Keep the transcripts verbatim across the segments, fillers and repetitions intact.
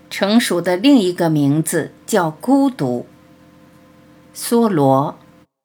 成熟的另一个名字叫孤独。梭罗。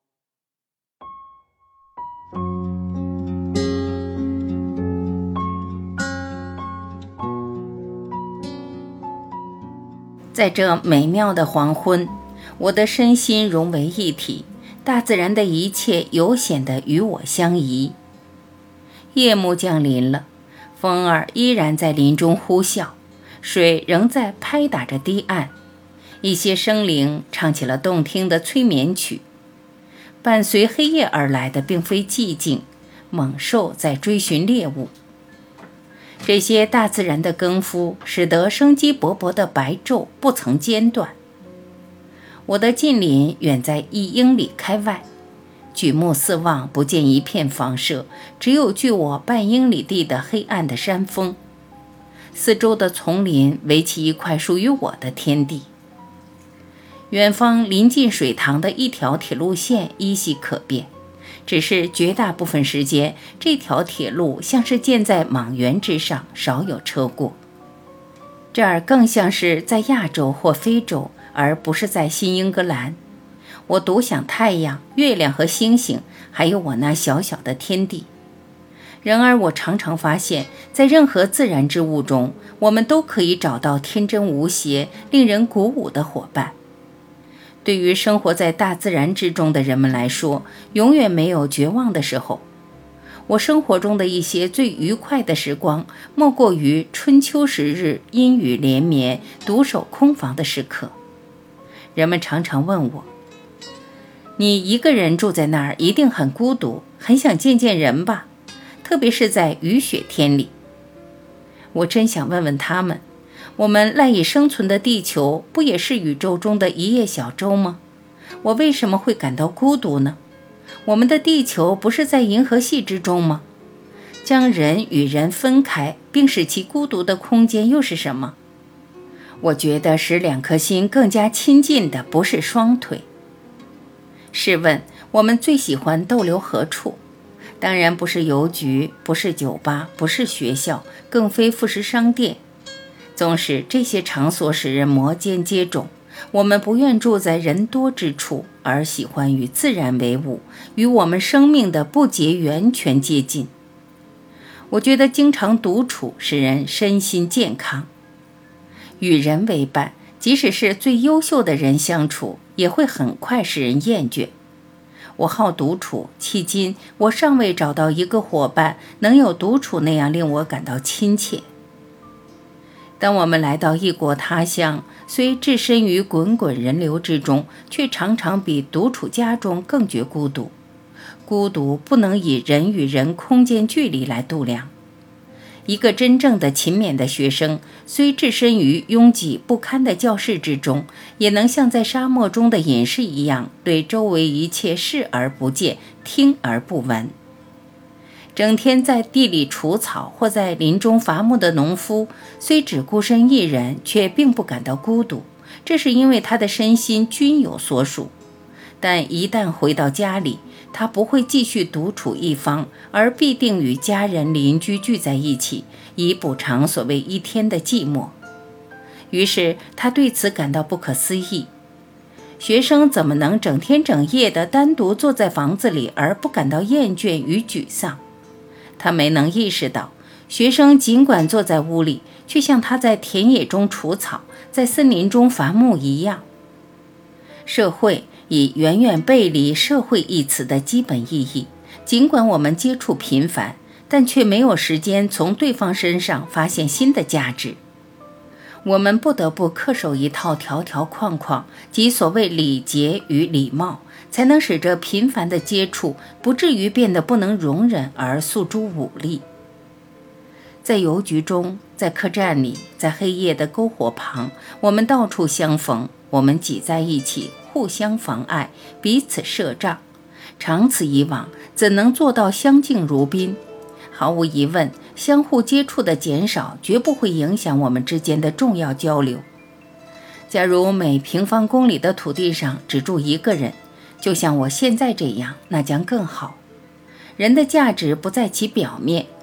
在这美妙的黄昏，我的身心融为一体，大自然的一切尤显得与我相宜。夜幕降临了，风儿依然在林中呼啸，水仍在拍打着堤岸，一些生灵唱起了动听的催眠曲。伴随黑夜而来的并非寂静，猛兽在追寻猎物。这些大自然的更夫使得生机勃勃的白昼不曾间断。我的近邻远在一英里开外，举目四望不见一片房舍，只有距我半英里地的黑暗的山峰。四周的丛林围起一块属于我的天地。远方临近水塘的一条铁路线依稀可辨，只是绝大部分时间，这条铁路像是建在莽原之上，少有车过。这儿更像是在亚洲或非洲，而不是在新英格兰。我独享太阳、月亮和星星，还有我那小小的天地。然而我常常发现，在任何自然之物中，我们都可以找到天真无邪、令人鼓舞的伙伴。对于生活在大自然之中的人们来说，永远没有绝望的时候。我生活中的一些最愉快的时光，莫过于春秋时日阴雨连绵、独守空房的时刻。人们常常问我，你一个人住在那儿一定很孤独，很想见见人吧？特别是在雨雪天里。我真想问问他们，我们赖以生存的地球不也是宇宙中的一叶小舟吗？我为什么会感到孤独呢？我们的地球不是在银河系之中吗？将人与人分开并使其孤独的空间又是什么？我觉得使两颗心更加亲近的不是双腿。试问我们最喜欢逗留何处？当然不是邮局，不是酒吧，不是学校，更非副食商店。纵使这些场所使人摩肩接踵，我们不愿住在人多之处，而喜欢与自然为伍，与我们生命的不竭源泉接近。我觉得经常独处使人身心健康。与人为伴，即使是最优秀的人相处，也会很快使人厌倦。我好独处，迄今我尚未找到一个伙伴能有独处那样令我感到亲切。当我们来到异国他乡，虽置身于滚滚人流之中，却常常比独处家中更觉孤独。孤独不能以人与人空间距离来度量。一个真正的勤勉的学生，虽置身于拥挤不堪的教室之中，也能像在沙漠中的隐士一样，对周围一切视而不见，听而不闻。整天在地里除草或在林中伐木的农夫，虽只孤身一人，却并不感到孤独，这是因为他的身心均有所属。但一旦回到家里，他不会继续独处一方，而必定与家人邻居聚在一起，以补偿所谓一天的寂寞。于是他对此感到不可思议。学生怎么能整天整夜地单独坐在房子里而不感到厌倦与沮丧？他没能意识到，学生尽管坐在屋里，却像他在田野中除草，在森林中伐木一样。社会已远远背离社会一词的基本意义，尽管我们接触频繁，但却没有时间从对方身上发现新的价值。我们不得不恪守一套条条框框，即所谓礼节与礼貌，才能使这频繁的接触不至于变得不能容忍而诉诸武力。在邮局中，在客栈里，在黑夜的篝火旁，我们到处相逢，我们挤在一起，互相妨碍，彼此设障。长此以往，怎能做到相敬如宾？毫无疑问，相互接触的减少绝不会影响我们之间的重要交流。假如每平方公里的土地上只住一个人，就像我现在这样，那将更好。人的价值不在其表面，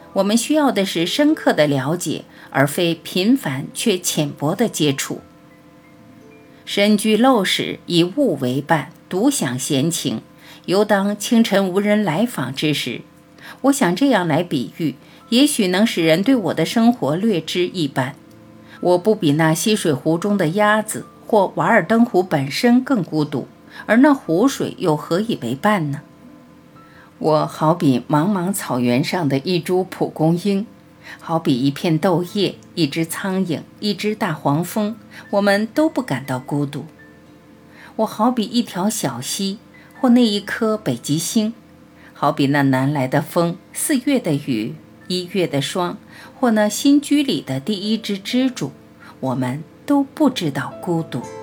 我们需要的是深刻的了解，而非频繁却浅薄的接触。身居陋室，以物为伴，独享闲情，犹当清晨无人来访之时。我想这样来比喻，也许能使人对我的生活略知一斑。我不比那溪水湖中的鸭子或瓦尔登湖本身更孤独，而那湖水又何以为伴呢？我好比茫茫草原上的一株蒲公英，好比一片豆叶，一只苍蝇，一只大黄蜂，我们都不感到孤独。我好比一条小溪，或那一颗北极星，好比那南来的风，四月的雨，一月的霜，或那新居里的第一只蜘蛛，我们都不知道孤独。